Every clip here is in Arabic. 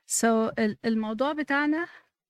الموضوع بتاعنا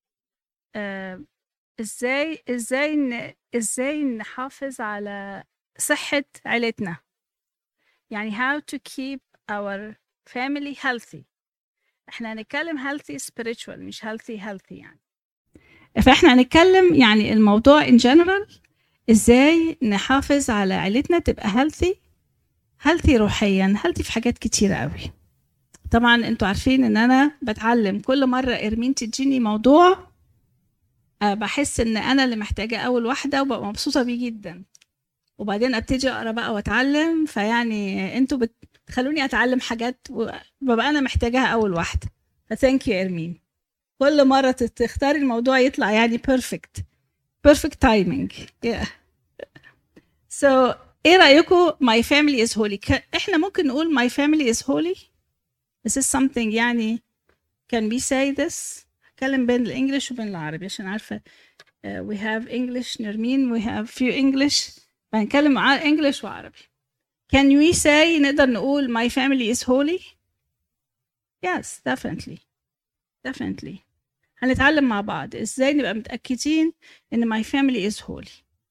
ازاي نحافظ على صحة عيلتنا، يعني how to keep our family healthy. احنا هنتكلم healthy spiritual مش healthy يعني. فاحنا هنتكلم يعني الموضوع in general ازاي نحافظ على عيلتنا تبقى healthy روحيا، healthy في حاجات كتيرة قوي. طبعا انتوا عارفين ان انا بتعلم كل مرة ارمين تديني موضوع بحس ان انا اللي محتاجة اول واحدة وببقى مبسوطة بيه جدا، وبعدين ابتدي اقرا بقى واتعلم، فيعني انتوا بتخلوني اتعلم حاجات وببقى انا محتاجاها اول واحدة. فثانك يو ارمين، كل مرة تختاري الموضوع يطلع يعني perfect timing. yeah. So ايه رأيكم my family is holy؟ احنا ممكن نقول my family is holy. This is something يعني can we say this؟ اتكلم بين الانجليش وبين العربي عشان عارفة we have English نرمين we have few English، فهنتكلم على English وعربي. Can we say نقدر نقول my family is holy؟ Yes, definitely. هنتعلم مع بعض ازاي نبقى متأكدين ان my family is holy.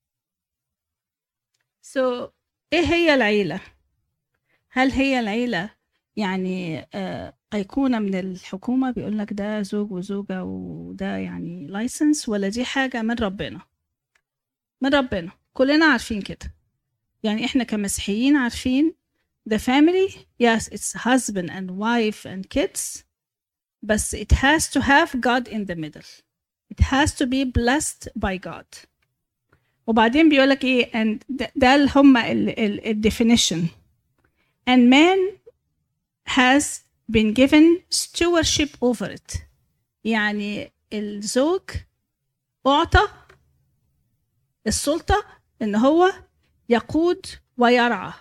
So ايه هي العيلة؟ هل هي العيلة يعني أيقونة من الحكومة بيقول لك ده زوج وزوجة وده يعني لايسنس، ولا دي حاجة من ربنا؟ من ربنا، كلنا عارفين كده. يعني احنا كمسيحيين عارفين the family yes it's husband and wife and kids، بس it has to have God in the middle. It has to be blessed by God. وبعدين بيقولك ايه and ده اللي هم ال definition. And man has been given stewardship over it. يعني الزوج أعطى السلطة إن هو يقود ويرعى.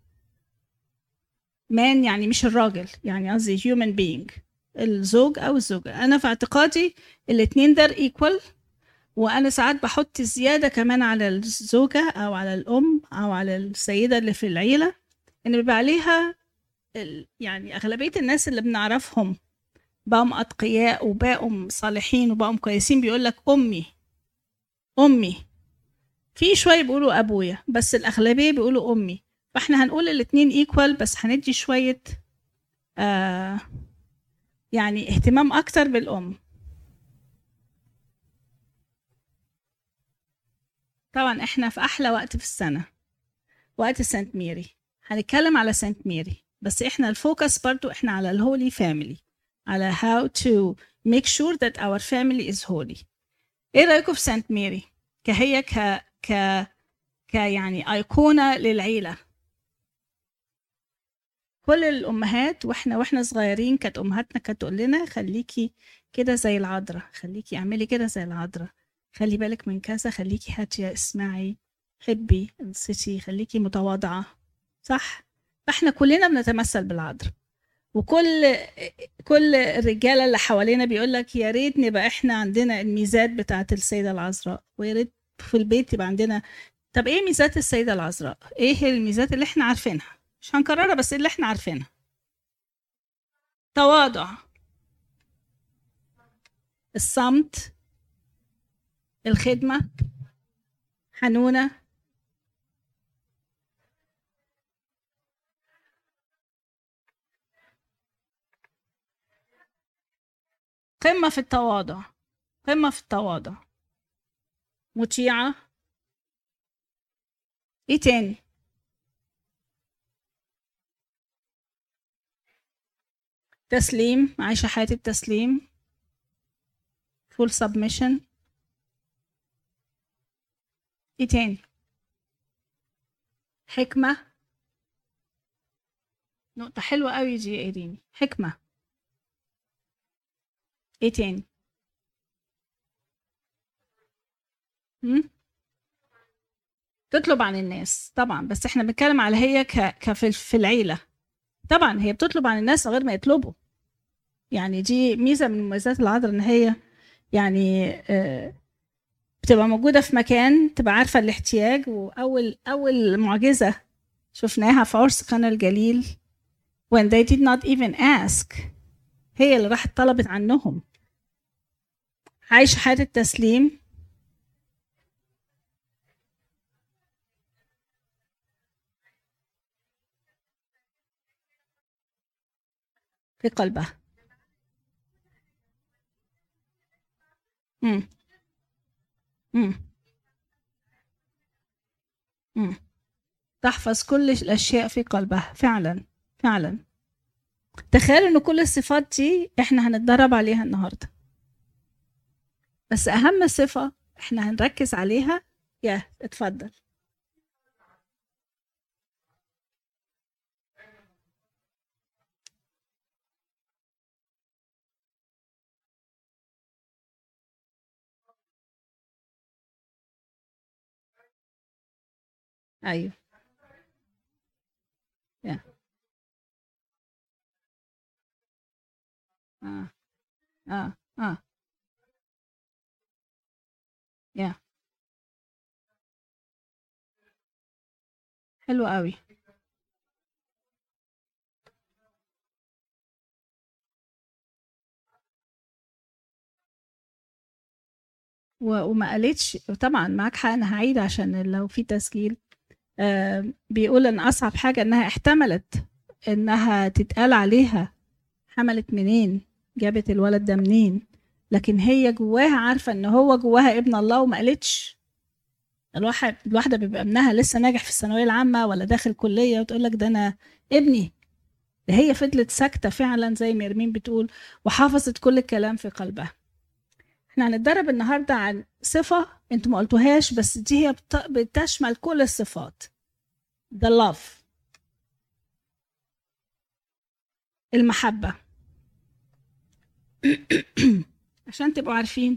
man يعني مش الراجل، يعني قصدي human being، الزوج أو الزوجة. أنا في اعتقادي الاتنين ده equal، وأنا ساعات بحط زيادة كمان على الزوجة أو على الأم أو على السيدة اللي في العيلة، إن بيبقى عليها يعني أغلبية الناس اللي بنعرفهم بقوا أتقياء وبقوا صالحين وبقوا كويسين بيقولك أمي، في شوية بيقولوا أبويا، بس الأغلبية بيقولوا أمي. فإحنا هنقول الاتنين إيكوال، بس هندي شوية يعني اهتمام أكتر بالأم. طبعا إحنا في أحلى وقت في السنة، وقت سانت ميري. هنتكلم على سانت ميري، بس إحنا الفوكس برضو إحنا على الهولي فاميلي، على how to make sure that our family is holy. إيه رأيكم في سانت ميري كهي ك يعني أيقونة للعيلة؟ كل الأمهات وإحنا صغيرين كانت أمهاتنا كانت تقول لنا خليكي كده زي العذراء، خليكي اعملي كده زي العذراء، خلي بالك من كذا، خليكي هاتية، اسمعي، حبي، انصتي، خليكي متواضعة، صح؟ فإحنا كلنا بنتمثل بالعذراء، كل الرجالة اللي حوالينا بيقول لك يا ريت نبقى إحنا عندنا الميزات بتاعة السيدة العذراء، ويا ريت في البيت يبقى عندنا. طب إيه ميزات السيدة العذراء؟ إيه هي الميزات اللي إحنا عارفينها؟ مش هنكررها، بس اللي إحنا عارفينها: تواضع، الصمت، الخدمة، حنونة، قمة في التواضع، مطيعة. ايه تاني؟ تسليم، عايشة حياة التسليم، full submission. ايه تاني؟ حكمة، نقطة حلوة قوي دي يا إيريني، حكمة. ايه تاني؟ تطلب عن الناس طبعا، بس احنا بنتكلم على هي في العيلة. طبعا هي بتطلب عن الناس غير ما يطلبوا، يعني دي ميزة من مميزات العذراء ان هي يعني بتبقى موجودة في مكان تبقى عارفة الاحتياج. وأول معجزة شفناها في عرس قنا الجليل when they did not even ask هي اللي راحت طلبت عنهم. عايشة حياة التسليم، في قلبها. مم. مم. مم. تحفظ كل الأشياء في قلبها. فعلا فعلا. تخيل إن كل الصفات دي إحنا هنتدرب عليها النهاردة، بس أهم صفة إحنا هنركز عليها. اتفضل. أيوه. يا آه آه آه يا حلو قوي. وما قالتش طبعا، معاك حق، انا هعيد عشان لو في تسجيل. بيقول ان اصعب حاجه انها احتملت انها تتقال عليها حملت منين، جابت الولد ده منين، لكن هي جواها عارفه ان هو جواها ابن الله وما قالتش. الواحده بيبقى ابنها لسه ناجح في الثانويه العامه ولا داخل كليه وتقول لك ده انا ابني. ده هي فضلت ساكته فعلا زي ما يرمين بتقول، وحافظت كل الكلام في قلبها. احنا هنتدرب النهارده عن صفه انتوا ما قلتوهاش، بس دي هي بتشمل كل الصفات. the love، المحبه. عشان تبقوا عارفين،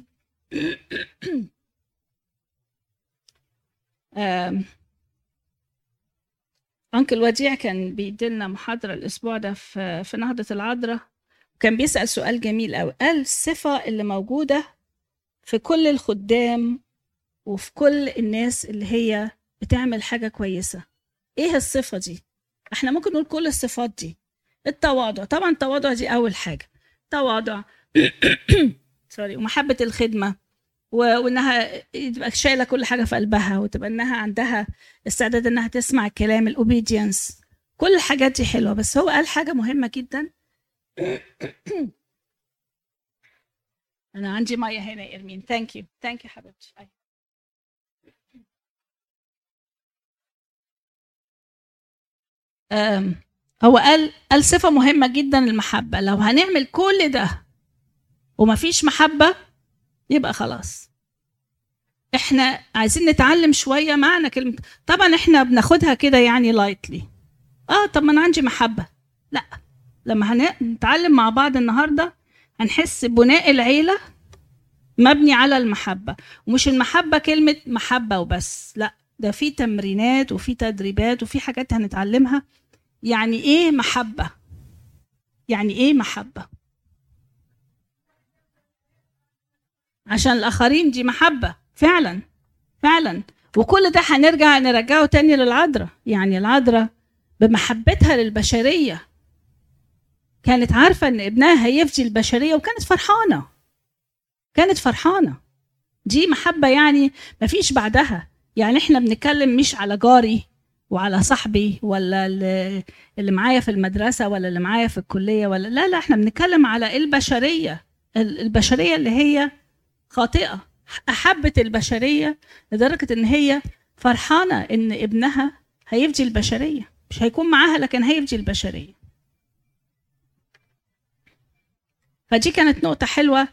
أنكل وديع كان بيديلنا محاضرة الأسبوع ده في نهضة العذراء، كان بيسأل سؤال جميل أوي. قال الصفة اللي موجودة في كل الخدام وفي كل الناس اللي هي بتعمل حاجة كويسة، إيه الصفة دي؟ إحنا ممكن نقول كل الصفات دي. التواضع، طبعا التواضع دي أول حاجة. تواضع سوري، ومحبة الخدمة، وانها تبقى شايله كل حاجه في قلبها، وتبقى انها عندها استعداد انها تسمع الكلام، الاوبيدينس. كل الحاجات دي حلوه، بس هو قال حاجه مهمه جدا. انا عندي ميه هنا يا ارمين. ثانك يو حبيبتي. هو قال صفه مهمه جدا، المحبه. لو هنعمل كل ده ومفيش محبه يبقى خلاص. احنا عايزين نتعلم شويه معنى كلمه. طبعا احنا بناخدها كده يعني لايتلي. طب ما انا عندي محبه. لا، لما هنتعلم مع بعض النهارده هنحس بناء العيله مبني على المحبه. ومش المحبه كلمه محبه وبس، لا، ده في تمرينات وفي تدريبات وفي حاجات هنتعلمها. يعني ايه محبه؟ يعني ايه محبه عشان الاخرين؟ دي محبه فعلا فعلا. وكل ده نرجعه تاني للعذراء. يعني العذراء بمحبتها للبشريه كانت عارفه ان ابنها هيفدي البشريه، وكانت فرحانه. دي محبه يعني مفيش بعدها. يعني احنا بنتكلم مش على جاري وعلى صاحبي ولا اللي معايا في المدرسه ولا اللي معايا في الكليه، ولا لا، احنا بنتكلم على البشريه اللي هي خاطئه. احبت البشريه لدرجه ان هي فرحانه ان ابنها هيفدي البشريه، مش هيكون معاها لكن هيفدي البشريه. فدي كانت نقطه حلوه.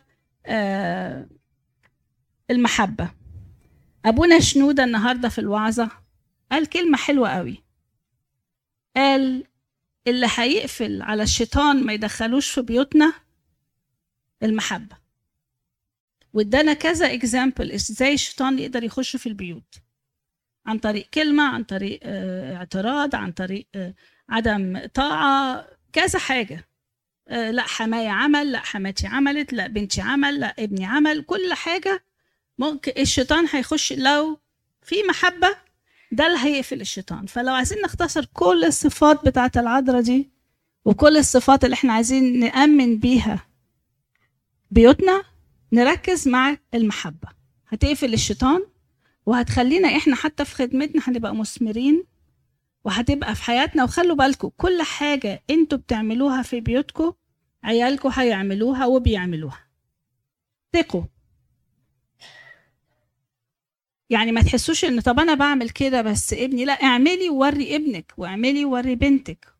المحبه. ابونا شنوده النهارده في الوعظه قال كلمه حلوه قوي. قال اللي هيقفل على الشيطان ما يدخلوش في بيوتنا المحبه. وادانا كذا اكزامبل ازاي الشيطان يقدر يخش في البيوت، عن طريق كلمه، عن طريق اعتراض، عن طريق عدم طاعه، كذا حاجه. لا حماية عمل، لا حماتي عملت، لا بنتي عمل، لا ابني عمل. كل حاجه ممكن الشيطان هيخش. لو في محبه ده اللي هيقفل الشيطان. فلو عايزين نختصر كل الصفات بتاعه العذراء دي وكل الصفات اللي احنا عايزين نأمن بيها بيوتنا، نركز مع المحبة. هتقفل الشيطان، وهتخلينا احنا حتى في خدمتنا هنبقى مثمرين، وهتبقى في حياتنا. وخلوا بالكم كل حاجة انتوا بتعملوها في بيوتكم عيالكم هيعملوها وبيعملوها. ثقوا. يعني ما تحسوش ان طب انا بعمل كده بس ابني، لا، اعملي ووري ابنك، واعملي ووري بنتك،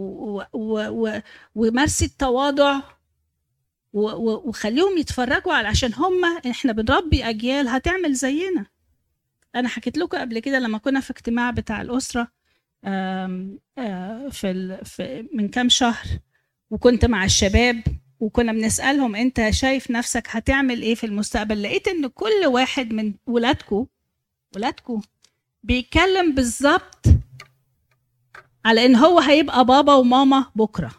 ومارسي التواضع، وخليهم يتفرجوا على، عشان هم احنا بنربي اجيال هتعمل زينا. انا حكيت لكم قبل كده لما كنا في اجتماع بتاع الاسره في من كام شهر، وكنت مع الشباب وكنا بنسالهم انت شايف نفسك هتعمل ايه في المستقبل، لقيت ان كل واحد من ولادكم بيتكلم بالظبط على ان هو هيبقى بابا وماما بكره.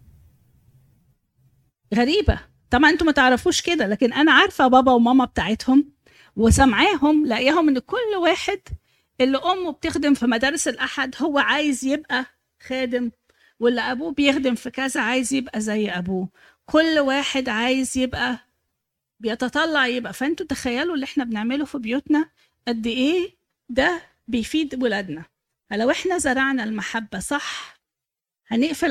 غريبه طبعا، انتوا ما تعرفوش كده، لكن انا عارفه بابا وماما بتاعتهم، وسمعاهم لاقيهم ان كل واحد اللي امه بتخدم في مدارس الاحد هو عايز يبقى خادم، واللي ابوه بيخدم في كذا عايز يبقى زي ابوه. كل واحد عايز يبقى بيتطلع يبقى. فانتوا تخيلوا اللي احنا بنعمله في بيوتنا قد ايه ده بيفيد ولادنا. لو احنا زرعنا المحبة صح هنقفل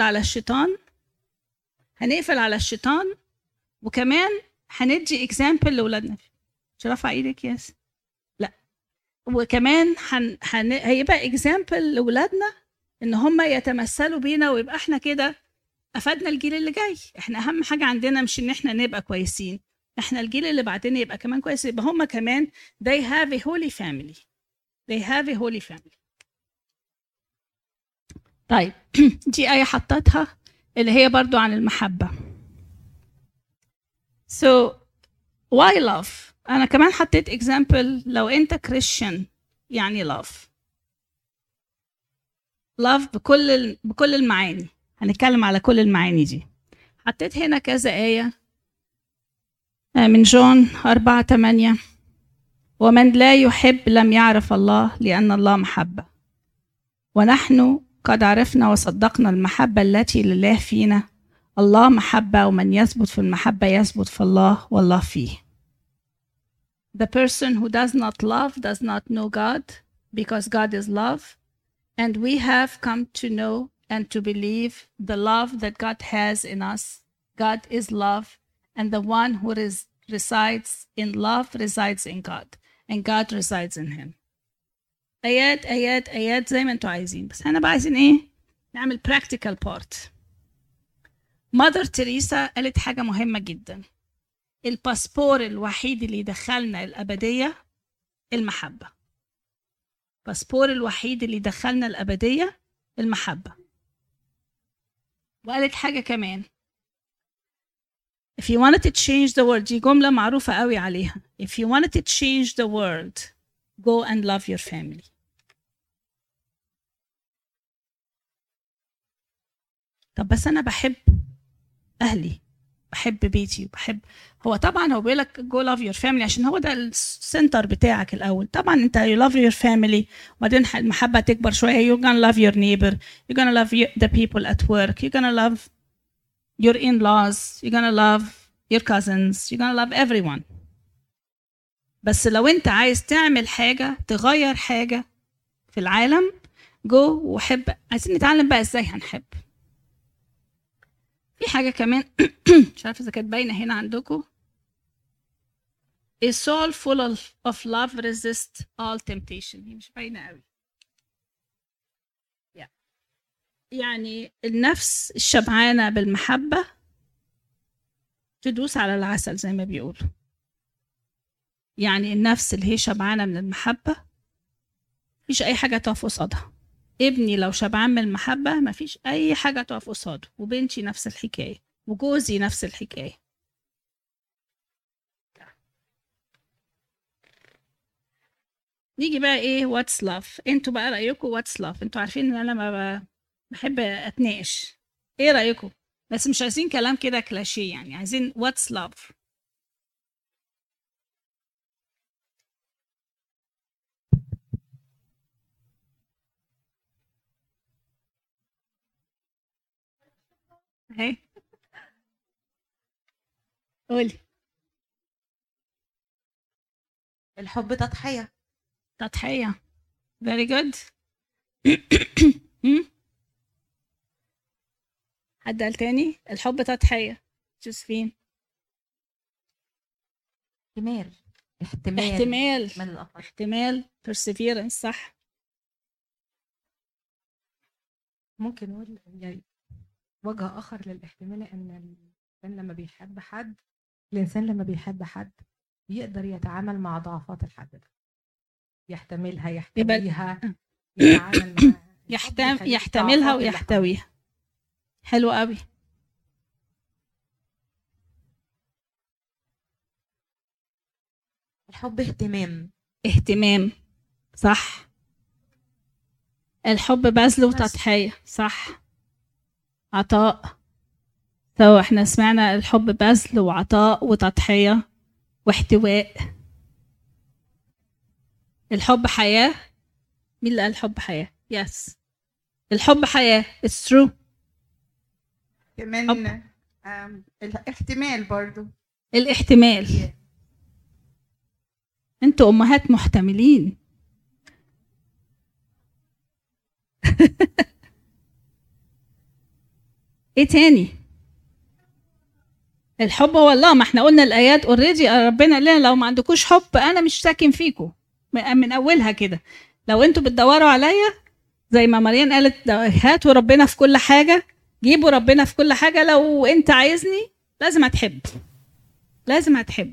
على الشيطان، وكمان هندي اكزامبل لاولادنا. مش رافعه ايدك ياس؟ لا. وكمان هيبقى اكزامبل لاولادنا ان هم يتمثلوا بينا، ويبقى احنا كده افدنا الجيل اللي جاي. احنا اهم حاجه عندنا مش ان احنا نبقى كويسين، احنا الجيل اللي بعدين يبقى كمان كويس، يبقى هم كمان they have a holy family. طيب دي آية حطتها اللي هي برضو عن المحبة. So why love؟ أنا كمان حطيت example لو أنت كريستيان يعني love بكل المعاني. هنتكلم على كل المعاني دي. حطيت هنا كذا آية من جون 4:8. ومن لا يحب لم يعرف الله لأن الله محبة، ونحن قد عرفنا وصدقنا المحبة التي لله فينا. الله محبة، ومن يثبت في المحبة يثبت في الله والله فيه. The person who does not love does not know God, because God is love, and we have come to know and to believe the love that God has in us. God is love, and the one who resides in love resides in God, and God resides in him. آيات آيات آيات زي ما انتوا عايزين، بس احنا بقى عايزين ايه؟ نعمل practical part. مادر تريسا قالت حاجة مهمة جدا: الباسبور الوحيد اللي يدخلنا الأبدية المحبة. الباسبور الوحيد اللي يدخلنا الأبدية المحبة. وقالت حاجة كمان: If you wanted to change the world، دي جملة معروفة قوي عليها. If you wanted to change the world, go and love your family. طب بس أنا بحب أهلي، بحب بيتي، هو طبعا هو بيقول لك go love your family عشان هو ده السنتر بتاعك الأول. طبعا أنت you love your family، وبعدين المحبة تكبر شوية. You're gonna love your neighbor, you're gonna love the people at work, you're gonna love your in-laws, you're gonna love your cousins, you're gonna love everyone. بس لو أنت عايز تعمل حاجة، تغير حاجة في العالم، go وحب. عايزين نتعلم بقى إزاي هنحب. في حاجة كمان مش عارفة إذا كانت باينة هنا عندكم: A soul full of love resists all temptation. هي مش باينة قوي. يعني النفس الشبعانة بالمحبة تدوس على العسل زي ما بيقولوا. يعني النفس اللي هي شبعانة من المحبة مفيش أي حاجة تقف قصادها. ابني لو شبعان من المحبة مفيش أي حاجة تقف قصاده، وبنتي نفس الحكاية، وجوزي نفس الحكاية. نيجي بقى ايه واتس لاف. انتوا بقى رأيكم واتس لاف؟ انتوا عارفين ان انا ما بحب اتناقش. ايه رأيكم؟ بس مش عايزين كلام كده كلاشيه، يعني عايزين واتس لاف. اهي قولي. الحب تضحية. تضحية. very good. حد قال تاني؟ الحب تضحية. جوزفين. احتمال من الآخر. احتمال perseverance. صح. ممكن نقول يعني وجه آخر للاحتمال إن الإنسان لما بيحب حد يقدر يتعامل مع ضعفات الحد ده، يحتملها، يحتويها، يتعامل معاها، يحتملها ويحتويها. حلو قوي. الحب اهتمام. صح. الحب بذل وتضحية. صح. عطاء. احنا سمعنا الحب بذل وعطاء وتضحية واحتواء. الحب حياة. مين اللي قال الحب حياة؟ يس. الحب حياة. It's true. كمان الاحتمال برضو. الاحتمال. انتوا امهات محتملين. ايه تاني؟ الحب هو الله. ما احنا قلنا الايات اوريدي. ربنا قال لنا لو ما عندكوش حب انا مش ساكن فيكم من اولها كده. لو انتوا بتدوروا عليا زي ما مريم قالت هاتوا ربنا في كل حاجه، جيبوا ربنا في كل حاجه. لو انت عايزني لازم هتحب. لازم هتحب.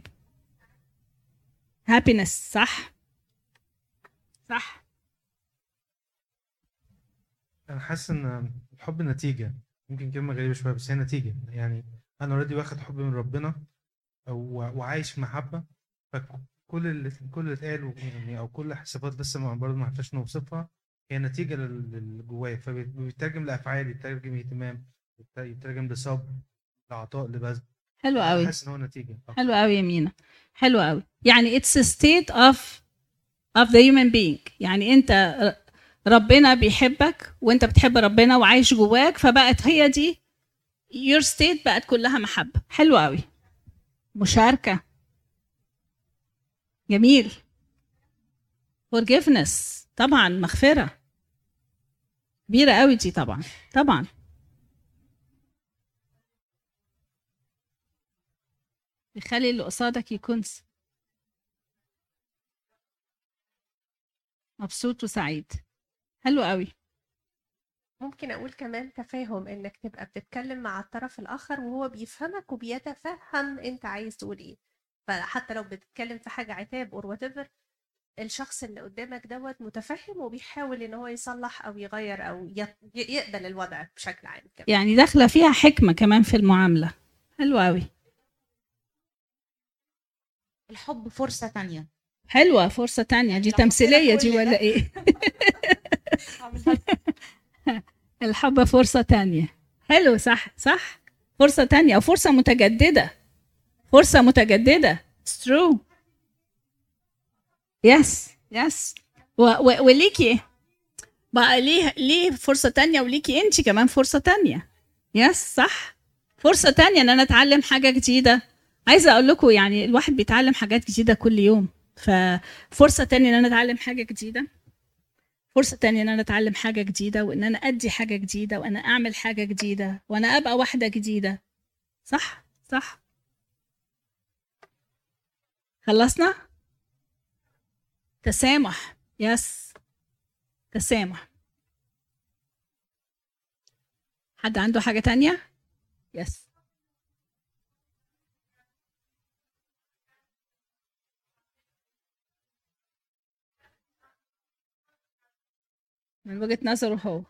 هابينس. صح. صح. انا حاسس ان الحب نتيجه، يمكن كلمه غريبه شويه بس هي نتيجه. يعني انا اوريدي واخد حب من ربنا وعايش في محبه، فكل اللي اتقال يعني او كل صفات لسه برضه ما عرفناش نوصفها هي نتيجه للي جوايا، فبيترجم لافعال، يترجم اهتمام، يترجم لصبر، لعطاء، لبذل. حلو قوي. حاسس ان هو نتيجه. حلو قوي يا مينا. حلو قوي. يعني it's a state of the human being. يعني انت ربنا بيحبك وانت بتحب ربنا وعايش جواك، فبقت هي دي your state، بقت كلها محبة. حلو قوي. مشاركة. جميل. forgiveness. طبعا مغفرة كبيرة قوي دي. طبعا طبعا. يخلي اللي قصادك يكون مبسوط وسعيد. حلو قوي. ممكن أقول كمان تفاهم، إنك تبقى بتتكلم مع الطرف الآخر وهو بيفهمك وبيتفهم أنت عايز تقول إيه. فحتى لو بتتكلم في حاجة عتاب or whatever، الشخص اللي قدامك دوت متفهم وبيحاول إن هو يصلح أو يغير أو يقبل الوضع بشكل عام كمان. يعني داخلة فيها حكمة كمان في المعاملة. حلو قوي. الحب فرصة تانية. حلوة. فرصة تانية دي تمثيلية دي ولا ايه؟ الحب فرصة تانية. حلو. صح صح. فرصة تانية أو فرصة متجددة. فرصة متجددة. It's true. yes yes. وليكي بقى ليه فرصة تانية، وليكي انت كمان فرصة تانية. yes صح. فرصة تانية ان انا اتعلم حاجة جديدة. عايزة اقول لكم يعني الواحد بيتعلم حاجات جديدة كل يوم، ففرصة تانية ان انا اتعلم حاجة جديدة. فرصة تانية ان انا اتعلم حاجة جديدة، وان انا ادي حاجة جديدة، وانا اعمل حاجة جديدة، وانا ابقى واحدة جديدة. صح صح. خلصنا. تسامح. يس. تسامح. حد عنده حاجة تانية؟ يس. من وجهة نظره هو.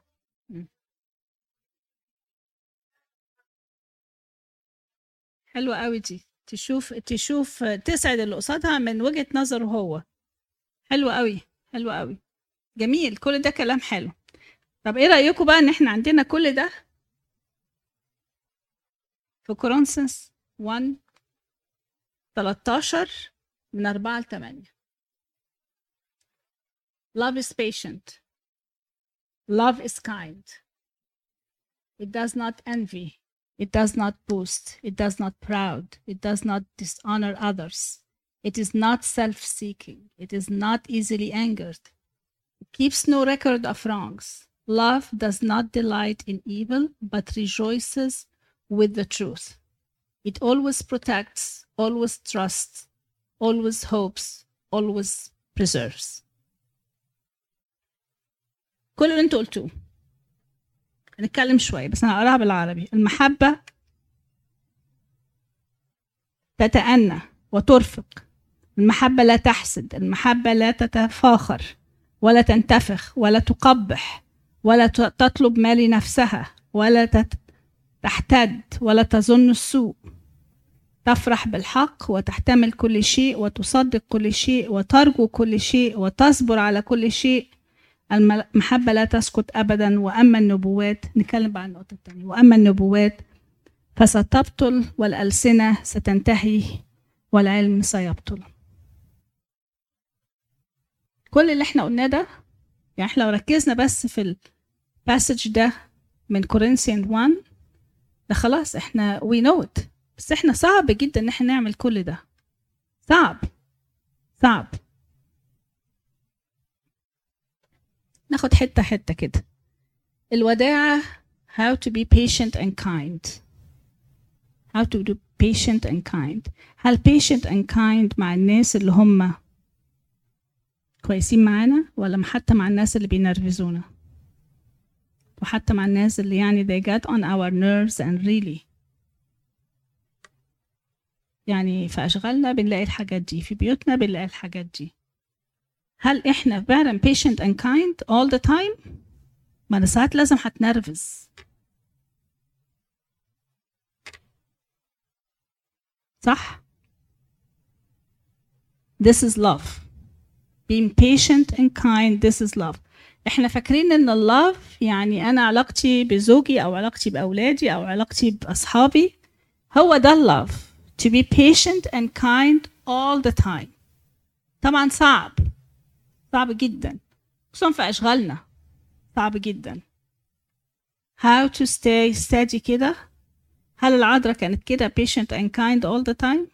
حلوة قوي دي. تشوف تسعد اللي قصادها من وجهة نظره هو. حلوة قوي. حلوة قوي. جميل. كل ده كلام حلو. طب ايه رأيكم بقى ان احنا عندنا كل ده في كورنثوس 1:13 من 4 ل 8. Love is patient. Love is kind. It does not envy. It does not boast. It does not proud. It does not dishonor others. It is not self-seeking. It is not easily angered. It keeps no record of wrongs. Love does not delight in evil, but rejoices with the truth. It always protects, always trusts, always hopes, always preserves. كل اللي انتوا قلتوه هنتكلم شوية بس أنا هقراها بالعربي. المحبة تتأنى وترفق. المحبة لا تحسد. المحبة لا تتفاخر ولا تنتفخ ولا تقبح ولا تطلب ما لنفسها ولا تحتد ولا تظن السوء. تفرح بالحق وتحتمل كل شيء وتصدق كل شيء وترجو كل شيء وتصبر على كل شيء. المحبة لا تسكت أبدا. وأما النبوات، نتكلم بقى عن النقطة الثانية، وأما النبوات فستبطل والألسنة ستنتهي والعلم سيبطل. كل اللي احنا قلناه ده يعني احنا لو ركزنا بس في الباسج ده من كورنثيان 1 ده خلاص احنا we know it. بس احنا صعب جدا ان احنا نعمل كل ده. صعب. ناخد حتة حتة كده. الوداعة how to be patient and kind. how to do patient and kind. هل patient and kind مع الناس اللي هم كويسين معانا ولا حتى مع الناس اللي بينرفزونا وحتى مع الناس اللي يعني they get on our nerves and really يعني في أشغالنا بنلاقي الحاجات دي، في بيوتنا بنلاقي الحاجات دي. هل إحنا فعلا patient and kind all the time؟ ما أنا ساعات لازم هتنرفز. صح؟ This is love. Being patient and kind, this is love. إحنا فاكرين إن love يعني أنا علاقتي بزوجي أو علاقتي بأولادي أو علاقتي بأصحابي هو ده love. To be patient and kind all the time. طبعا صعب جدا خصوصا في أشغالنا. صعب جدا. How to stay steady كده. هل العذراء كانت كده patient and kind all the time؟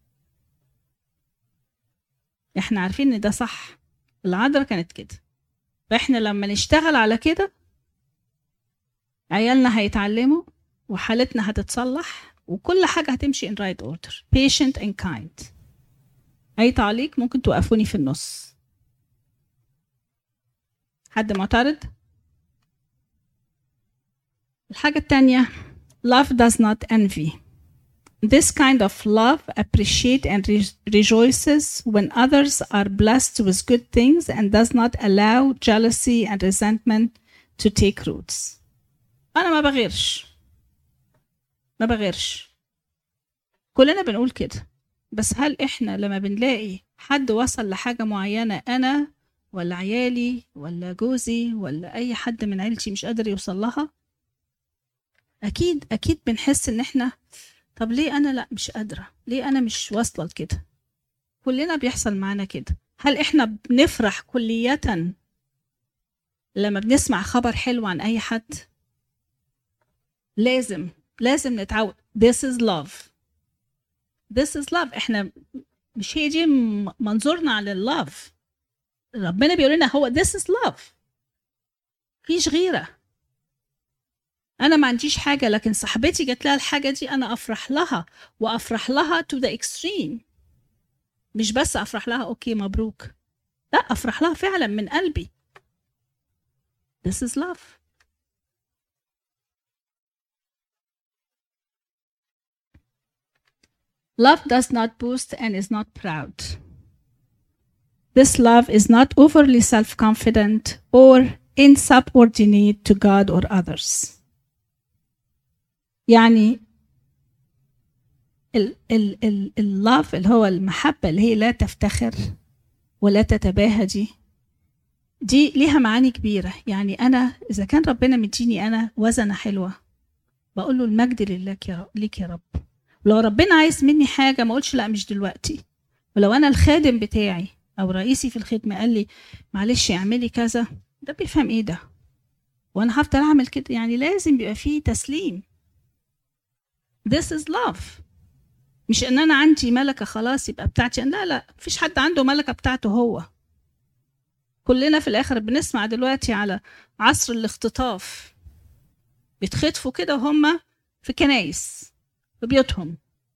احنا عارفين ان ده صح. العذراء كانت كده. فاحنا لما نشتغل على كده عيالنا هيتعلموا وحالتنا هتتصلح وكل حاجة هتمشي in right order. Patient and kind. أي تعليق ممكن توقفوني في النص. حد معترض؟ الحاجة التانية love does not envy. This kind of love appreciates and rejoices when others are blessed with good things and does not allow jealousy and resentment to take roots. أنا ما بغيرش. كلنا بنقول كده. بس هل إحنا لما بنلاقي حد وصل لحاجة معينة أنا ولا عيالي ولا جوزي ولا أي حد من عيلتي مش قادر يوصل لها؟ أكيد بنحس إن إحنا طب ليه أنا لأ مش قادرة؟ ليه أنا مش واصلة لكده؟ كلنا بيحصل معانا كده. هل إحنا بنفرح كلية لما بنسمع خبر حلو عن أي حد؟ لازم نتعود. This is love. إحنا مش هي دي منظورنا على اللوف. ربنا بيقول لنا هو this is love. مفيش غيرة. أنا ما عنديش حاجة لكن صاحبتي جات لها الحاجة دي أنا أفرح لها وأفرح لها to the extreme. مش بس أفرح لها أوكي مبروك. لا أفرح لها فعلا من قلبي. This is love. Love does not boast and is not proud. This love is not overly self-confident or insubordinate to God or others. يعني اللove اللي هو المحبة اللي هي لا تفتخر ولا تتباهى دي ليها معاني كبيرة. يعني أنا إذا كان ربنا مديني أنا وزنة حلوة بقول له المجد ليك يا رب. ولو ربنا عايز مني حاجة ما أقولش لا مش دلوقتي. ولو أنا الخادم بتاعي أو رئيسي في الخدمة قال لي معلش اعملي كذا ده بيفهم إيه ده وأنا هفضل أعمل كده. يعني لازم يبقى فيه تسليم. this is love. مش ان انا عندي ملكة خلاص يبقى بتاعتي. لا مفيش حد عنده ملكة بتاعته هو. كلنا في الاخر بنسمع دلوقتي على عصر الاختطاف، بيتخطفوا كده وهم في كنايس في بيوتهم.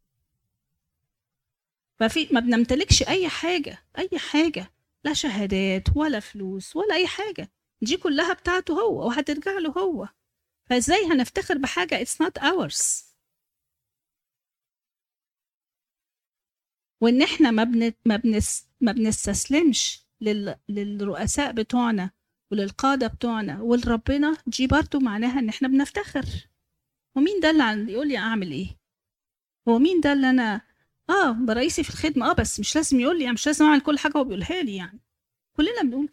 ما بنمتلكش اي حاجة، لا شهادات ولا فلوس ولا اي حاجة، دي كلها بتاعته هو وهترجع له هو. فازاي هنفتخر بحاجة it's not ours؟ وان احنا ما بنستسلمش للرؤساء بتوعنا وللقادة بتوعنا ولربنا، دي برضو معناها ان احنا بنفتخر. ومين ده اللي يقول لي اعمل ايه؟ هو مين ده اللي انا برئيسي في الخدمة بس مش لازم يقول لي، يعني مش لازم اعمل كل حاجة هو بيقولها لي. يعني كلنا بنقول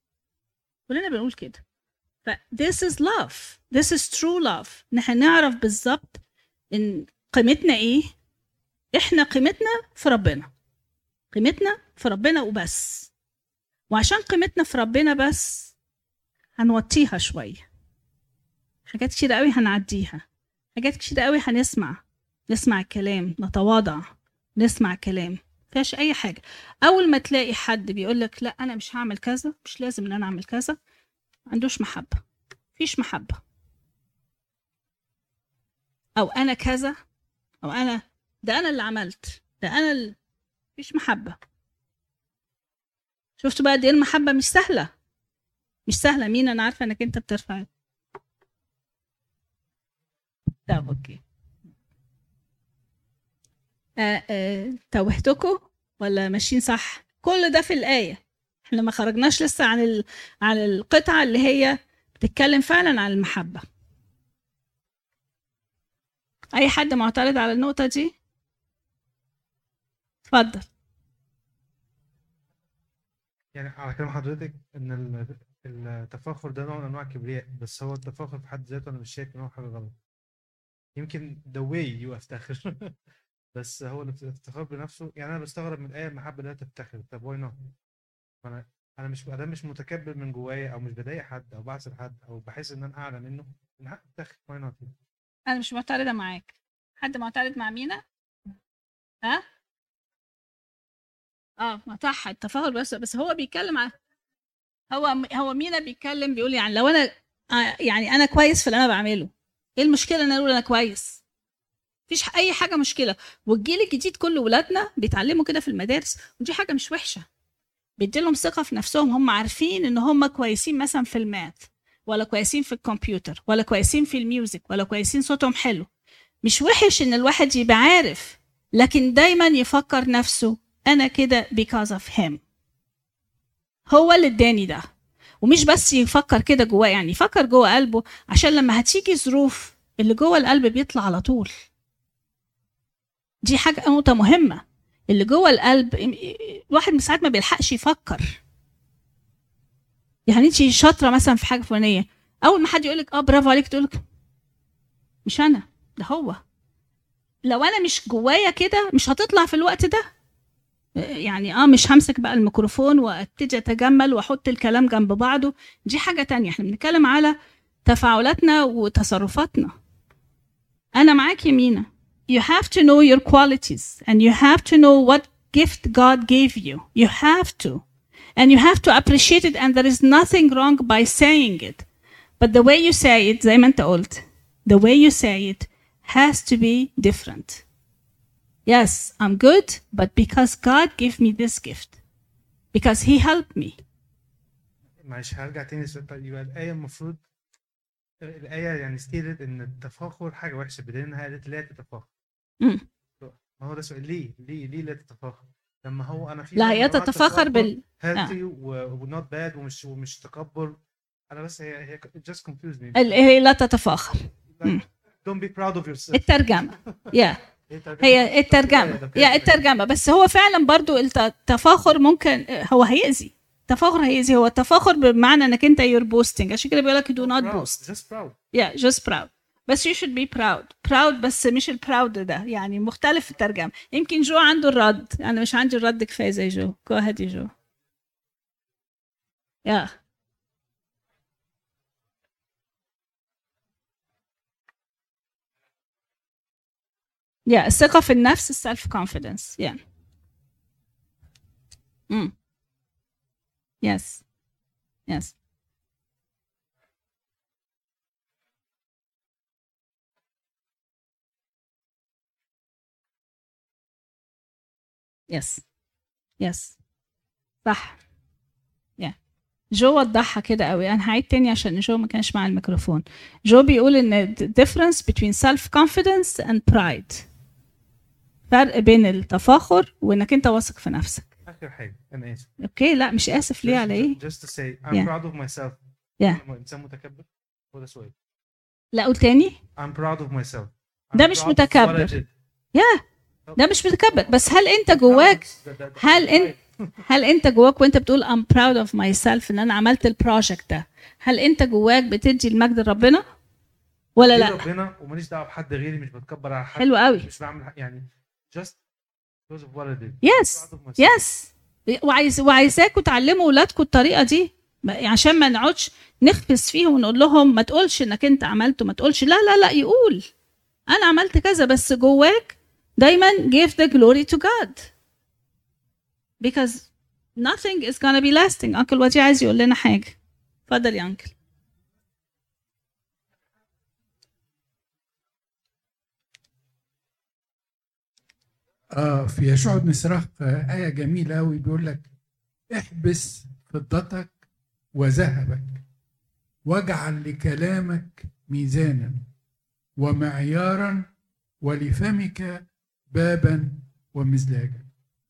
كده. ف this is love, this is true love. نحن نعرف بالظبط ان قيمتنا ايه. احنا قيمتنا في ربنا وبس. وعشان قيمتنا في ربنا بس هنوطيها شوية، حاجات كتير قوي هنعديها، حاجات كتير قوي نسمع الكلام، نتواضع، نسمع كلام، مفيهاش اي حاجة. اول ما تلاقي حد بيقولك لا انا مش هعمل كذا، مش لازم ان انا اعمل كذا، عندوش محبة، مفيش محبة. او انا كذا، او انا اللي عملت، مفيش محبة. شفتوا بقى دي المحبة مش سهلة. مين؟ انا عارفة انك انت بترفع. طب اوكي. توهتكم ولا ماشيين صح؟ كل ده في الآية، احنا ما خرجناش لسه عن القطعة اللي هي بتتكلم فعلا عن المحبة. اي حد معترض على النقطة دي؟ اتفضل. يعني على كلام حضرتك ان التفاخر ده نوع من انواع الكبرياء، بس هو التفاخر في حد ذاته انا مش شايف ان هو حاجه غلط. يمكن the way you افتخر بس هو الافتخار بنفسه. يعني انا بستغرب من الايه المحبه لا تفتخر. طب واي نوت؟ انا مش متكبر من جوايا، او مش بضايق حد او بعصر حد او بحس ان انا اعلى منه، من حق افتخر. واي نوت؟ انا مش معترضة معاك. حد معترض مع مينا؟ ها؟ صح التفاخر، بس هو بيتكلم عن هو مينا بيتكلم بيقول يعني لو انا يعني انا كويس في اللي انا بعمله، ايه المشكله ان اقول انا كويس؟ مفيش اي حاجه مشكله. والجيل الجديد كل ولادنا بيتعلموا كده في المدارس، ودي حاجه مش وحشه، بيديلهم ثقه في نفسهم. هم عارفين ان هم كويسين مثلا في الماث، ولا كويسين في الكمبيوتر، ولا كويسين في الميوزك، ولا كويسين صوتهم حلو. مش وحش ان الواحد يبقى عارف، لكن دايما يفكر نفسه انا كده because of him، هو اللي اداني ده. ومش بس يفكر كده جواه، يعني يفكر جوه قلبه، عشان لما هتيجي ظروف اللي جوه القلب بيطلع على طول. دي حاجة نقطة مهمة. اللي جوه القلب الواحد من ساعات ما بيلحقش يفكر. يعني انت شاطرة مثلا في حاجة فلانية، اول ما حد يقولك برافو عليك تقولك مش انا، ده هو. لو انا مش جوايا كده مش هتطلع في الوقت ده. يعني مش همسك بقى الميكروفون وابتدي اتجمل واحط الكلام جنب بعضه، دي حاجة تانية. احنا بنتكلم على تفاعلاتنا وتصرفاتنا. انا معاك يا مينا. You have to know your qualities and you have to know what gift God gave you. You have to. And you have to appreciate it, and there is nothing wrong by saying it. But the way you say it, زي ما انت قلت, the way you say it has to be different. Yes, I'm good, but because God gave me this gift. Because he helped me. معلش هرجع تاني للسؤال. يبقى الآية المفروض الآية يعني ستيلت إن التفاخر حاجة وحشة، بدليل إنها قالت لا تتفاخر. ما هو ده سؤال، ليه لا تتفاخر؟ لما هو أنا في لا هي تتفاخر healthy ونوت باد ومش تكبر. أنا بس هي just confused me. هي لا تتفاخر. Don't be proud of yourself. الترجمة هي الترجمة بس هو فعلا برضو التفاخر ممكن هو هيأذي. هو التفاخر بمعنى انك انت you're boasting، عشان كده بيقولك do not boast. Just proud. Just proud. بس you should be proud بس مش البراود ده، يعني مختلف في الترجمة. يمكن جو عنده الرد، أنا مش عندي الرد كفاية زي جو. go ahead يا جو. الثقة في النفس السلف confidence yes صح. جو وضحها كده قوي. انا هعيد تاني عشان جو ما كانش مع الميكروفون. جو بيقول ان difference between self confidence and pride، فرق بين التفاخر وانك انت واثق في نفسك. اخر حاجه انا اسف. اوكي لا مش اسف ليه على ايه؟ just to say I'm proud of myself. لما انسان متكبر هو ده سؤال. لا قول تاني. I'm proud of myself. ده مش متكبر. ده مش متكبر، بس هل انت جواك هل انت جواك وانت بتقول I'm proud of myself ان انا عملت البروجكت ده، هل انت جواك بتدي المجد لربنا ولا لا؟ ربنا وماليش دعوه بحد غيري، مش بتكبر على حد. حلو قوي. مش بعمل يعني just because of what I did. يس وعايزاكم تعلموا اولادكم الطريقه دي عشان ما نقعدش نخبز فيهم ونقول لهم ما تقولش انك انت عملته، ما تقولش لا يقول انا عملت كذا، بس جواك دايما give the glory to God because nothing is gonna be lasting. انكل ودي عايز يقول لنا حاجه. اتفضل يا انكل. في يشوع بن سراخ آية جميلة أوي بيقول لك احبس فضتك وذهبك واجعل لكلامك ميزانا ومعيارا ولفمك بابا ومزلاجا.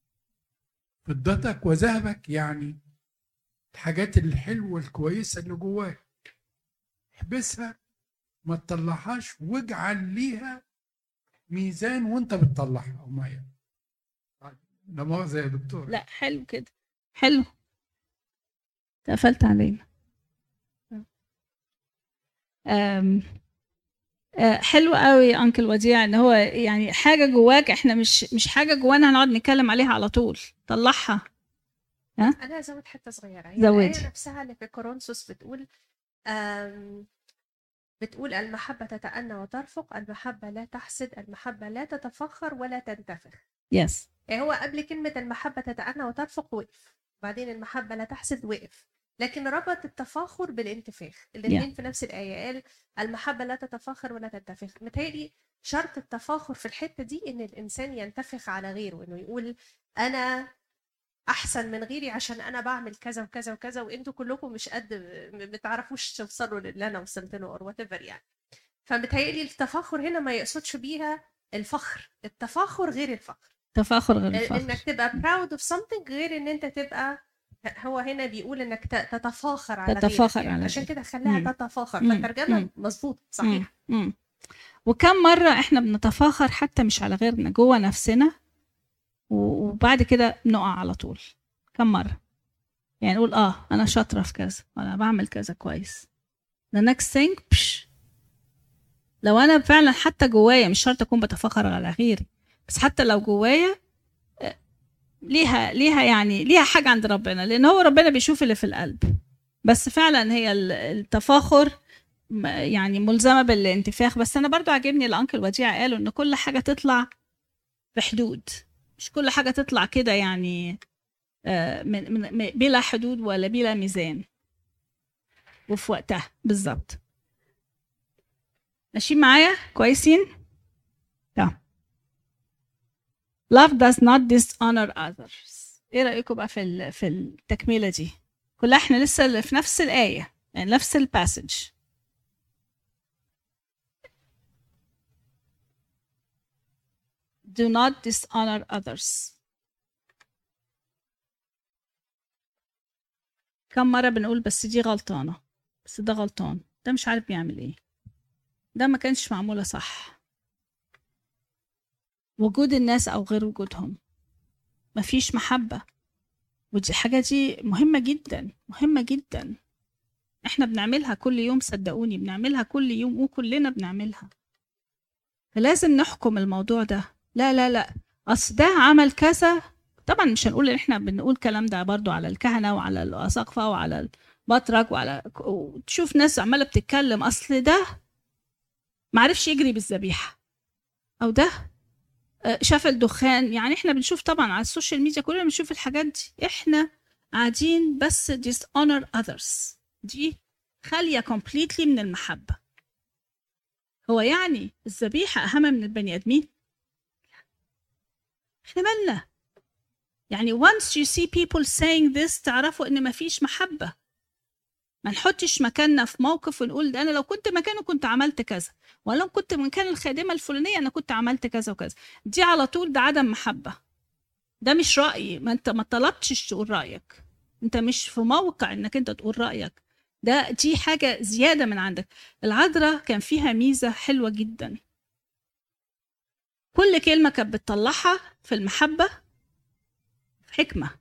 فضتك وذهبك يعني الحاجات الحلوة الكويسة اللي جواك احبسها ما تطلعهاش، واجعل ليها ميزان وانت بتطلعها او معايا. لا مؤاخذة يا دكتور. لا حلو كده، حلو. قفلت علينا. حلو قوي انكل وديع ان هو يعني حاجه جواك، احنا مش حاجه جوانا هنقعد نتكلم عليها على طول، طلعها. انا هزود حته صغيره. هي الايه نفسها اللي في كورنثوس بتقول المحبه تتأنى وترفق، المحبه لا تحسد، المحبه لا تتفخر ولا تنتفخ. يس يعني هو قبل كلمه المحبه تتأنى وترفق وقف، بعدين المحبه لا تحسد وقف، لكن ربط التفاخر بالانتفاخ. الاثنين في نفس الآية، قال المحبة لا تتفاخر ولا تنتفخ. متهيألي شرط التفاخر في الحتة دي إن الإنسان ينتفخ على غيره، إنه يقول أنا أحسن من غيري عشان أنا بعمل كذا وكذا وكذا، وإنتوا كلكم مش قد ما تعرفوش توصلوا للي أنا وصلت له أو whatever يعني. فمتهيألي التفاخر هنا ما يقصدش بيها الفخر، التفاخر غير الفخر. تفاخر غير الفخر. إنك تبقى proud of something غير إن أنت تبقى، هو هنا بيقول انك تتفاخر على تتفاخر يعني. على عشان كده خليها تتفاخر. فالترجمه مظبوط صحيح. وكم مره احنا بنتفاخر حتى مش على غيرنا، جوه نفسنا، وبعد كده نقع على طول. كم مره يعني نقول انا شاطره في كذا، انا بعمل كذا كويس، the next thing لو انا فعلا حتى جوايا، مش شرط اكون بتفاخر على غيري، بس حتى لو جوايا ليها يعني ليها حاجة عند ربنا، لأن هو ربنا بيشوف اللي في القلب. بس فعلا هي التفاخر يعني ملزمة بالانتفاخ. بس أنا برضو عجبني الأنكل وديع قالوا إن كل حاجة تطلع في حدود، مش كل حاجة تطلع كده يعني بلا حدود ولا بلا ميزان، وفي وقتها بالظبط. ماشيين معايا كويسين؟ تمام. Love does not dishonor others. ايه رأيكم بقى في التكملة دي؟ كلها احنا لسه في نفس الآية، يعني نفس الباسج. Do not dishonor others. كم مرة بنقول بس دي غلطانة، بس ده غلطان، ده مش عارف بيعمل ايه، ده ما كانش معمولة صح. وجود الناس أو غير وجودهم، مفيش محبة. ودي حاجة دي مهمة جدا، مهمة جدا. احنا بنعملها كل يوم، صدقوني بنعملها كل يوم، وكلنا بنعملها. فلازم نحكم الموضوع ده. لا لا لا أصل ده عمل كذا. طبعا مش هنقول ان احنا بنقول كلام ده برضو على الكهنة وعلى الأساقفة وعلى البطرك وتشوف ناس عمالة بتتكلم أصل ده معرفش يجري بالذبيحة، أو ده شاف الدخان. يعني احنا بنشوف طبعا على السوشيال ميديا كلنا بنشوف الحاجات دي، احنا قاعدين بس dishonor others، دي خالية completely من المحبة. هو يعني الذبيحة أهم من البني آدمين؟ احنا مالنا؟ يعني once you see people saying this تعرفوا إن مفيش محبة. ما نحطش مكاننا في موقف ونقول ده أنا لو كنت مكانه كنت عملت كذا، ولو كنت مكان الخادمة الفلانية أنا كنت عملت كذا وكذا. دي على طول ده عدم محبة، ده مش رأيي. ما أنت ما طلبتش تقول رأيك، أنت مش في موقع إنك أنت تقول رأيك، دي حاجة زيادة من عندك. العذراء كان فيها ميزة حلوة جدا، كل كلمة كانت بتطلعها في المحبة في حكمة.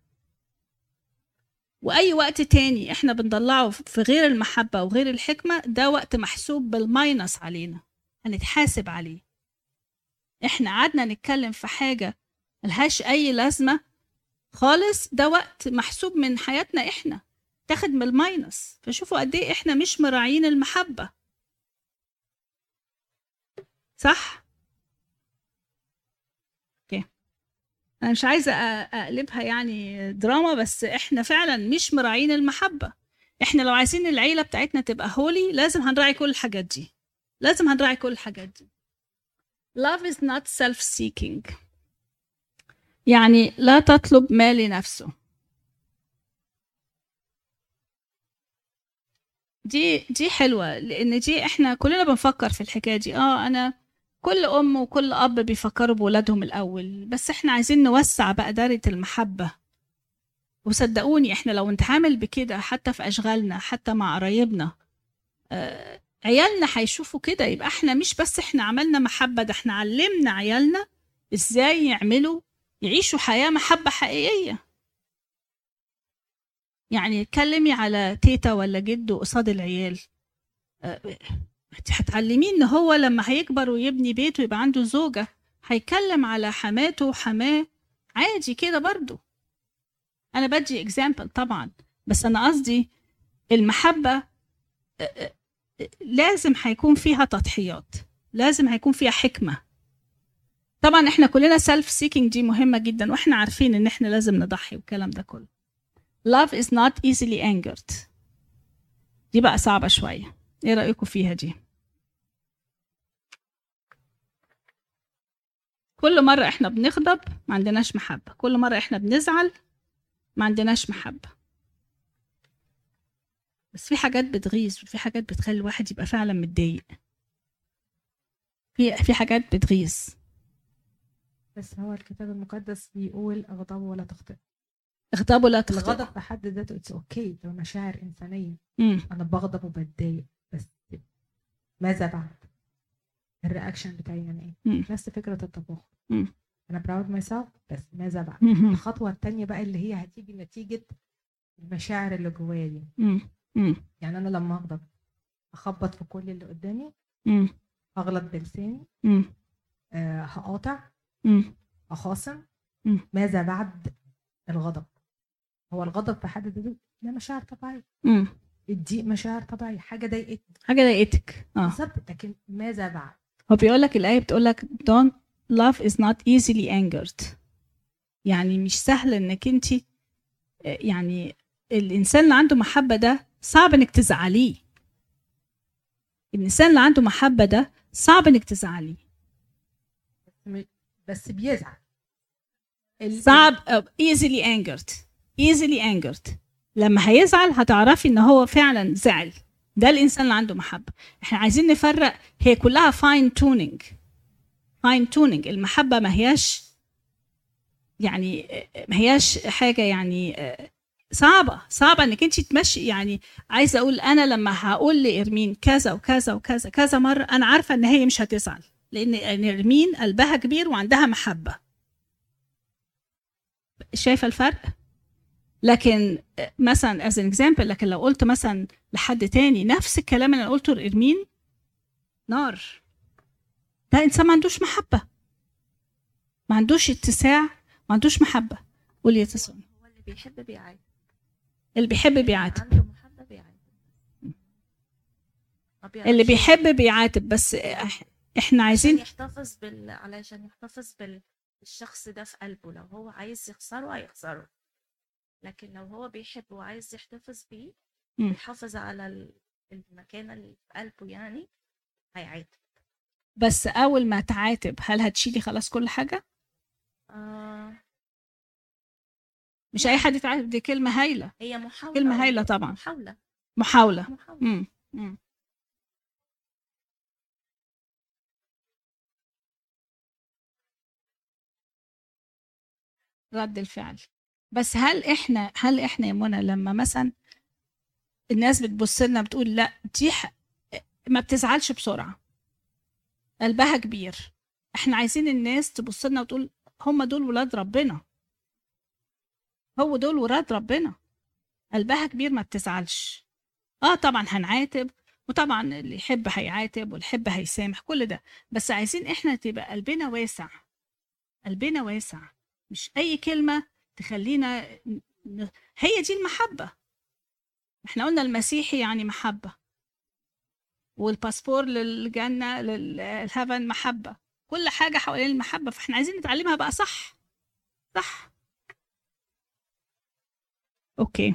وأي وقت تاني إحنا بنطلعه في غير المحبة وغير الحكمة ده وقت محسوب بالماينس علينا، هنتحاسب عليه. إحنا قعدنا نتكلم في حاجة ملهاش أي لازمة خالص، ده وقت محسوب من حياتنا إحنا، تاخد من الماينس. فشوفوا قد ايه احنا مش مراعين المحبة، صح؟ اوكي، انا مش عايزة اقلبها يعني دراما، بس احنا فعلا مش مراعين المحبة. احنا لو عايزين العيلة بتاعتنا تبقى هولي لازم هنراعي كل الحاجات دي، لازم هنراعي كل الحاجات دي. Love is not self-seeking، يعني لا تطلب ما لنفسه. دي حلوة، لأن دي إحنا كلنا بنفكر في الحكاية دي. أنا كل أم وكل أب بيفكروا بولادهم الأول، بس إحنا عايزين نوسع بقى دائرة المحبة. وصدقوني إحنا لو نتعامل بكده حتى في أشغالنا، حتى مع قرايبنا، عيالنا هيشوفوا كده. يبقى إحنا مش بس إحنا عملنا محبة، ده إحنا علمنا عيالنا إزاي يعيشوا حياة محبة حقيقية. يعني اتكلمي على تيتا ولا جد قصاد العيال، هتعلمين ان هو لما هيكبر ويبني بيت ويبقى عنده زوجة هيكلم على حماته وحماه عادي كده برضو. انا بدي اكزامبل طبعا، بس انا قصدي المحبة لازم هيكون فيها تضحيات، لازم هيكون فيها حكمة. طبعا احنا كلنا سيلف سيكينج، دي مهمة جدا، واحنا عارفين ان احنا لازم نضحي والكلام ده كله. Love is not easily angered، دي بقى صعبة شوية. ايه رأيكم فيها دي؟ كل مرة احنا بنغضب ما عندناش محبة، كل مرة احنا بنزعل ما عندناش محبة. بس في حاجات بتغيظ وفي حاجات بتخلي الواحد يبقى فعلا متضايق، في حاجات بتغيظ. بس هو الكتاب المقدس بيقول اغضبوا ولا تخطئوا. اغضبوا لا تخطئوا. الغضب في حد ذاته اتس اوكي، ده مشاعر انسانيه. انا بغضب وبتضايق، بس ماذا بعد؟ الرياكشن بتاعي يعني ايه؟ نفس فكره التفاخر. انا براود ماي سيلف، بس ماذا بعد؟ الخطوه الثانيه بقى اللي هي هتيجي نتيجه المشاعر اللي جوايا دي. يعني انا لما اغضب اخبط في كل اللي قدامي، اغلط بلساني، هقاطع، اخاصم. ماذا بعد الغضب؟ هو الغضب في حد ذاته ده مشاعر طبيعيه. الضيق مشاعر طبيعيه، حاجه ضايقتك بالظبط. لكن ماذا بعد؟ هو بيقول لك الايه بتقول لك don't love is not easily angered، يعني مش سهل انك انت، يعني الانسان اللي عنده محبه ده صعب انك تزعليه. الانسان اللي عنده محبه ده صعب انك تزعليه، بس بيزعل. صعب easily angered. لما هيزعل هتعرفي ان هو فعلا زعل، ده الانسان اللي عنده محبه. احنا عايزين نفرق، هي كلها fine tuning. المحبه ما هياش حاجه يعني صعبه انك انت تمشي. يعني عايزه اقول انا لما هقول لإرمين كذا وكذا وكذا كذا مره، انا عارفه ان هي مش هتزعل، لان إرمين قلبها كبير وعندها محبه. شايفه الفرق؟ لكن مثلا as an example، لكن لو قلت مثلا لحد تاني نفس الكلام اللي انا قلته لإرمين، نار. ده انسان ما عندوش محبه، ما عندوش اتساع، ما عندوش محبه. قولي يا تسوني. هو اللي بيحب بيعاتب، اللي بيحب بيعاتب، عنده محبه بيعاتب، اللي بيحب بيعاتب. بس احنا عايزين علشان يحتفظ بالشخص ده في قلبه. لو هو عايز يخسره هيخسره، لكن لو هو بيحبه وعايز يحتفظ بيه يحافظ على المكان اللي في قلبه، يعني هيعاتب. بس اول ما تعاتب هل هتشيلي خلاص كل حاجه؟ مش اي حد يتعاتب، دي كلمه هايله. هي محاوله، كلمه هايله طبعا. محاوله. رد الفعل. بس هل احنا يا منى لما مثلا الناس بتبص لنا بتقول لا دي ما بتزعلش بسرعه، قلبها كبير، احنا عايزين الناس تبص لنا وتقول هم دول ولاد ربنا، هو دول ولاد ربنا، قلبها كبير ما بتزعلش. طبعا هنعاتب، وطبعا اللي يحب هيعاتب واللي يحب هيسامح، كل ده، بس عايزين احنا تبقى قلبنا واسع. قلبنا واسع، مش اي كلمه تخلينا هي دي المحبه. احنا قلنا المسيحي يعني محبه، والباسبور للجنه للهيفن محبه، كل حاجه حوالين المحبه، فاحنا عايزين نتعلمها بقى صح. اوكي.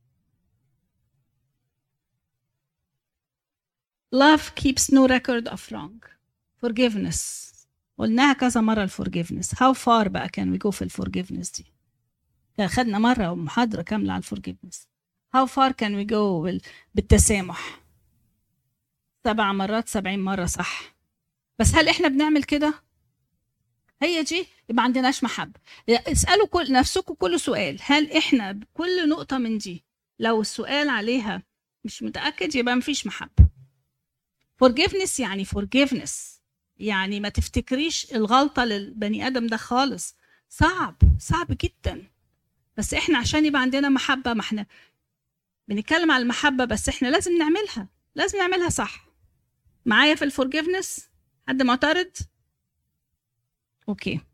Love keeps no record of wrong. Forgiveness. قلناها كذا مرة الforgiveness. How far بقى can we go في الforgiveness دي؟ خدنا مرة محاضرة كاملة على الforgiveness. How far can we go بالتسامح؟ 7 مرات 70 مرة، صح. بس هل احنا بنعمل كده؟ هي دي يبقى عندناش محبة. اسألوا نفسكم كل سؤال، هل احنا بكل نقطة من دي لو السؤال عليها مش متأكد يبقى مفيش محبة. forgiveness يعني forgiveness، يعني ما تفتكريش الغلطة للبني آدم ده خالص. صعب جدا، بس احنا عشان يبقى عندنا محبة، ما احنا بنتكلم على المحبة، بس احنا لازم نعملها صح. معايا في الforgiveness؟ حد معترض؟ اوكي.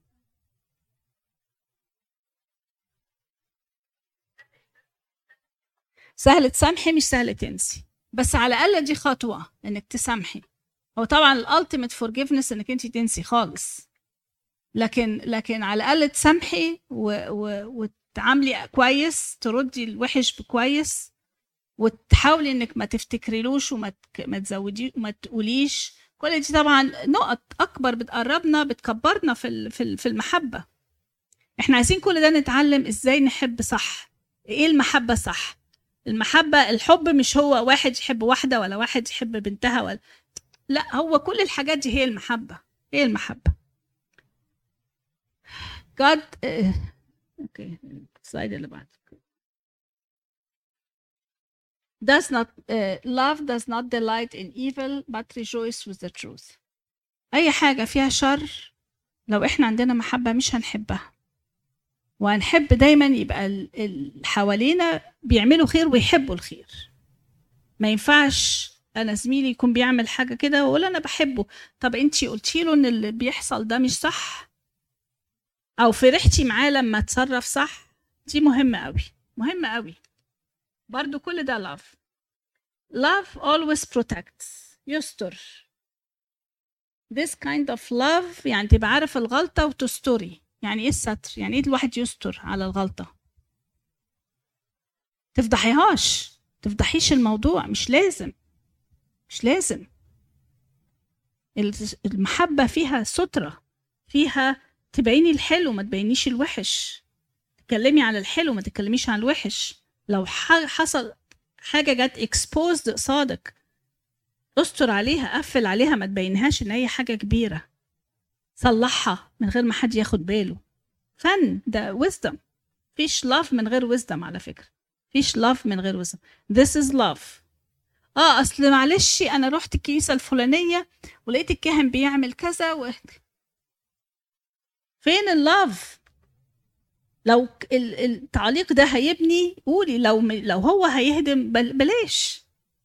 سهل تسامحي مش سهل تنسي، بس على الأقل دي خطوة انك تسامحي. هو طبعا الالتيميت فورجيفنس انك انت تنسي خالص، لكن على الأقل تسامحي وتعاملي كويس، تردي الوحش بكويس، وتحاولي انك ما تفتكريلوش وما تزودي وما تقوليش. كل دي طبعا نقط اكبر بتقربنا بتكبرنا في المحبة. احنا عايزين كل ده نتعلم ازاي نحب صح. ايه المحبة صح؟ المحبة، الحب مش هو واحد يحب واحدة ولا واحد يحب بنتها لا، هو كل الحاجات دي هي المحبة. God اوكي، السلايد اللي بعد. Love does not delight in evil but rejoice with the truth. أي حاجة فيها شر لو إحنا عندنا محبة مش هنحبها، وهنحب دايما يبقى اللي حوالينا بيعملوا خير ويحبوا الخير. ما ينفعش أنا زميلي يكون بيعمل حاجة كده ولا أنا بحبه، طب أنتي قلتي له إن اللي بيحصل ده مش صح، أو فرحتي معاه لما تصرف صح. دي مهمة قوي برضو. كل ده love always protects، يستر. this kind of love يعني تبقى عارف الغلطة وتستري. يعني ايه الستر؟ يعني ايه الواحد يستر على الغلطة؟ تفضحيش الموضوع، مش لازم. المحبة فيها سترة، فيها تبيني الحلو ما تبينيش الوحش، تكلمي عن الحلو ما تتكلميش عن الوحش. لو حصل حاجة جت exposed قصادك، استر عليها، قفل عليها، ما تبينهاش ان هي حاجة كبيرة، صلحها من غير ما حد ياخد باله. فن ده wisdom. فيش love من غير wisdom، على فكرة فيش love من غير wisdom. this is love. اصل معلش انا رحت الكنيسة الفلانية ولقيت الكاهن بيعمل كذا فين اللوف؟ لو التعليق ده هيبني قولي، لو هو هيهدم بلاش.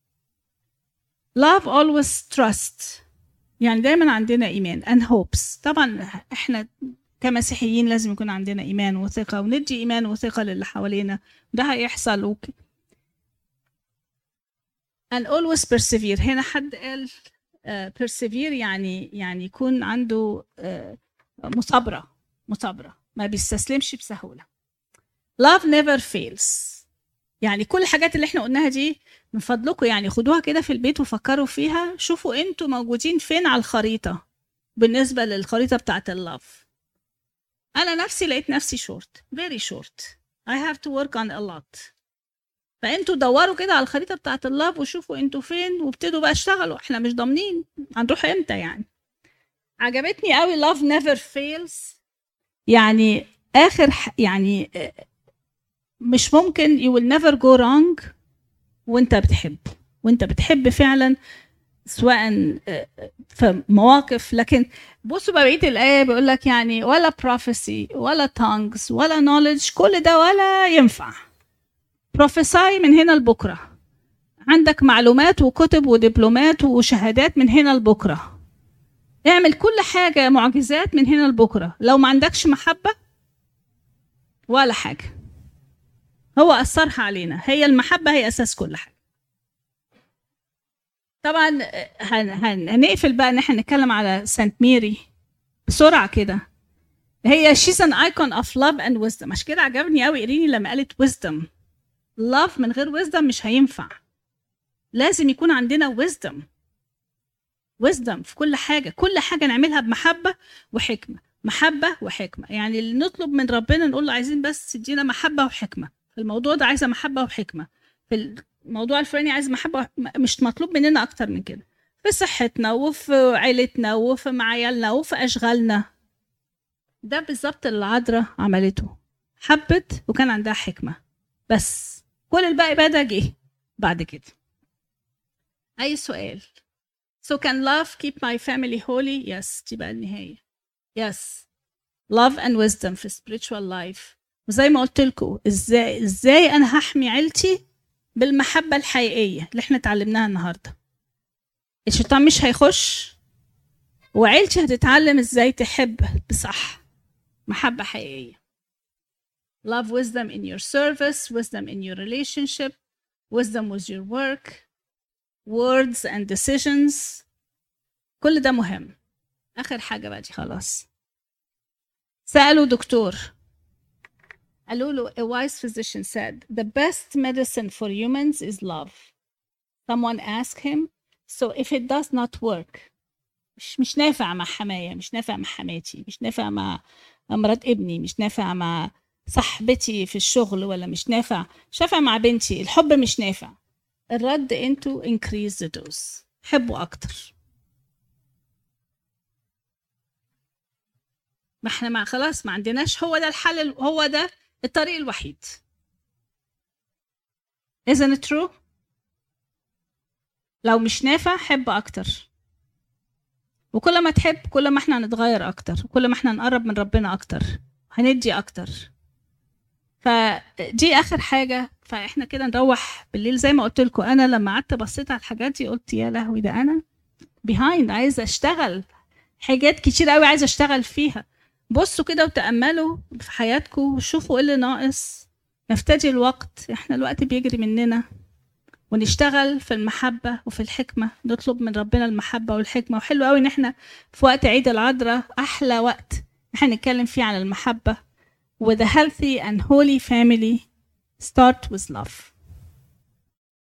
love always trust، يعني دايما عندنا إيمان and hopes. طبعا احنا كمسيحيين لازم يكون عندنا إيمان وثقة، وندي إيمان وثقة للي حوالينا، ده هيحصل. and always persevere. هنا حد قال persevere يعني يكون عنده مثابرة ما بيستسلمش بسهولة. love never fails. يعني كل الحاجات اللي احنا قلناها دي من فضلكم يعني خدوها كده في البيت وفكروا فيها، شوفوا انتوا موجودين فين على الخريطة بالنسبة للخريطة بتاعت اللاف. أنا نفسي لقيت نفسي short, very short. I have to work on a lot. فانتوا دوروا كده على الخريطة بتاعت اللاف وشوفوا انتوا فين وابتدوا بقى اشتغلوا. احنا مش ضامنين هنروح امتى يعني. عجبتني قوي love never fails. يعني يعني مش ممكن you will never go wrong وانت بتحب فعلا، سواء في مواقف. لكن بصوا بقى بقيه الايه بيقول لك يعني ولا prophecy ولا tongues ولا knowledge، كل ده ولا ينفع. prophesy من هنا لبكره، عندك معلومات وكتب ودبلومات وشهادات من هنا لبكره، اعمل كل حاجه معجزات من هنا لبكره، لو ما عندكش محبه ولا حاجه. هو اثرها علينا، هي المحبه هي اساس كل حاجه. طبعا هنقفل بقى ان احنا نتكلم على سانت ميري بسرعه كده. هي she's an icon of love and wisdom. عشان كده عجبني قوي إيريني لما قالت wisdom. love من غير wisdom مش هينفع، لازم يكون عندنا wisdom في كل حاجه. كل حاجه نعملها بمحبه وحكمه، محبه وحكمه. يعني اللي نطلب من ربنا نقول له عايزين بس تدينا محبه وحكمه في الموضوع ده، عايزه محبه وحكمه في الموضوع الفلاني، عايز محبه، مش مطلوب مننا اكتر من كده في صحتنا وفي عيلتنا وفي معيالنا وفي اشغالنا. ده بالظبط اللي العذراء عملته، حبت وكان عندها حكمه، بس كل الباقي بقى جه بعد كده. اي سؤال؟ So can love keep my family holy? Yes. دي بقى النهايه. Yes. Love and wisdom في spiritual life. وزي ما قلت لكم ازاي انا هحمي عيلتي بالمحبه الحقيقيه اللي احنا اتعلمناها النهارده. الشيطان مش هيخش، وعيلتي هتتعلم ازاي تحب بصح، محبه حقيقيه. Love wisdom in your service, wisdom in your relationship, wisdom with your work, words and decisions. كل ده مهم. آخر حاجة بقى دي خلاص. سألوا دكتور، قالوا له a wise physician said the best medicine for humans is love. Someone asked him, so if it does not work، مش نافع مع حماية، مش نافع مع حماتي، مش نافع مع مرات ابني، مش نافع مع صاحبتي في الشغل، ولا مش نافع مع بنتي، الحب مش نافع. الرد انتوا increase the dose، حبوا اكتر. ما احنا خلاص ما عندناش، هو ده الحل، هو ده الطريق الوحيد. isn't it true؟ لو مش نافع حب اكتر، وكل ما تحب كل ما احنا هنتغير اكتر، وكل ما احنا نقرب من ربنا اكتر، هندي اكتر. فدي اخر حاجه. فاحنا كده نروح بالليل. زي ما قلت لكم انا لما قعدت بصيت على الحاجات دي قلت يا لهوي، ده انا behind، عايزه اشتغل حاجات كتير قوي، عايزه اشتغل فيها. بصوا كده وتاملوا في حياتكم وشوفوا ايه اللي ناقص، نفتدي الوقت، احنا الوقت بيجري مننا، ونشتغل في المحبه وفي الحكمه، نطلب من ربنا المحبه والحكمه. وحلو قوي ان احنا في وقت عيد العذراء، احلى وقت احنا نتكلم فيه عن المحبه. With a healthy and holy family, start with love.